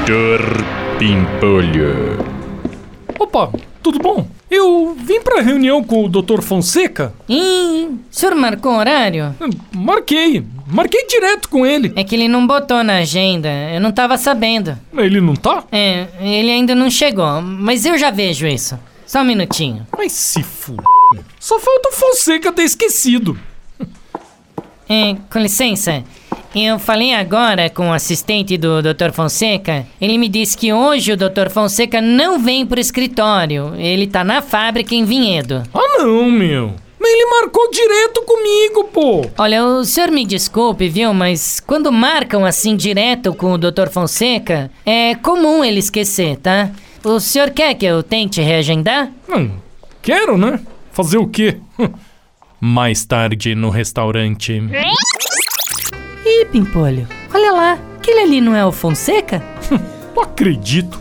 Doutor Pimpolho. Opa, tudo bom? Eu vim pra reunião com o Dr. Fonseca. O senhor marcou horário? Marquei direto com ele. É que ele não botou na agenda, eu não tava sabendo. Ele não tá? É, ele ainda não chegou, mas eu já vejo isso. Só um minutinho. Mas se f... Só falta o Fonseca ter esquecido. Com licença, eu falei agora com o assistente do Dr. Fonseca. Ele me disse que hoje o Dr. Fonseca não vem pro escritório. Ele tá na fábrica em Vinhedo. Ah não, meu. Mas ele marcou direto comigo, pô. Olha, o senhor me desculpe, viu? Mas quando marcam assim direto com o Dr. Fonseca, é comum ele esquecer, tá? O senhor quer que eu tente reagendar? Quero, né? Fazer o quê? Mais tarde no restaurante. Ih, Pimpolho, olha lá. Aquele ali não é o Fonseca? Não acredito.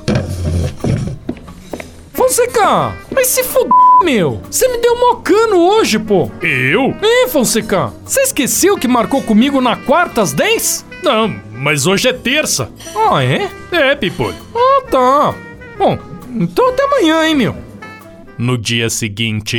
Fonseca, mas se f***, meu. Você me deu mocano hoje, pô. Eu? Fonseca, você esqueceu que marcou comigo na quarta às 10? Não, mas hoje é terça. Ah, é? É, Pimpolho. Ah, tá. Bom, então até amanhã, hein, meu. No dia seguinte...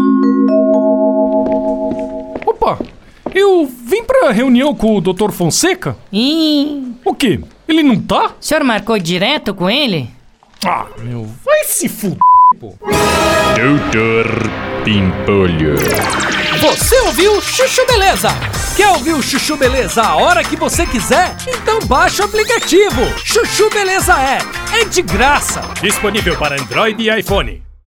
Opa, eu vim pra reunião com o Dr. Fonseca. O quê? Ele não tá? O senhor marcou direto com ele? Ah, meu, vai se f***, pô. Doutor Pimpolho. Você ouviu Chuchu Beleza? Quer ouvir o Chuchu Beleza a hora que você quiser? Então baixa o aplicativo Chuchu Beleza App. É de graça. Disponível para Android e iPhone.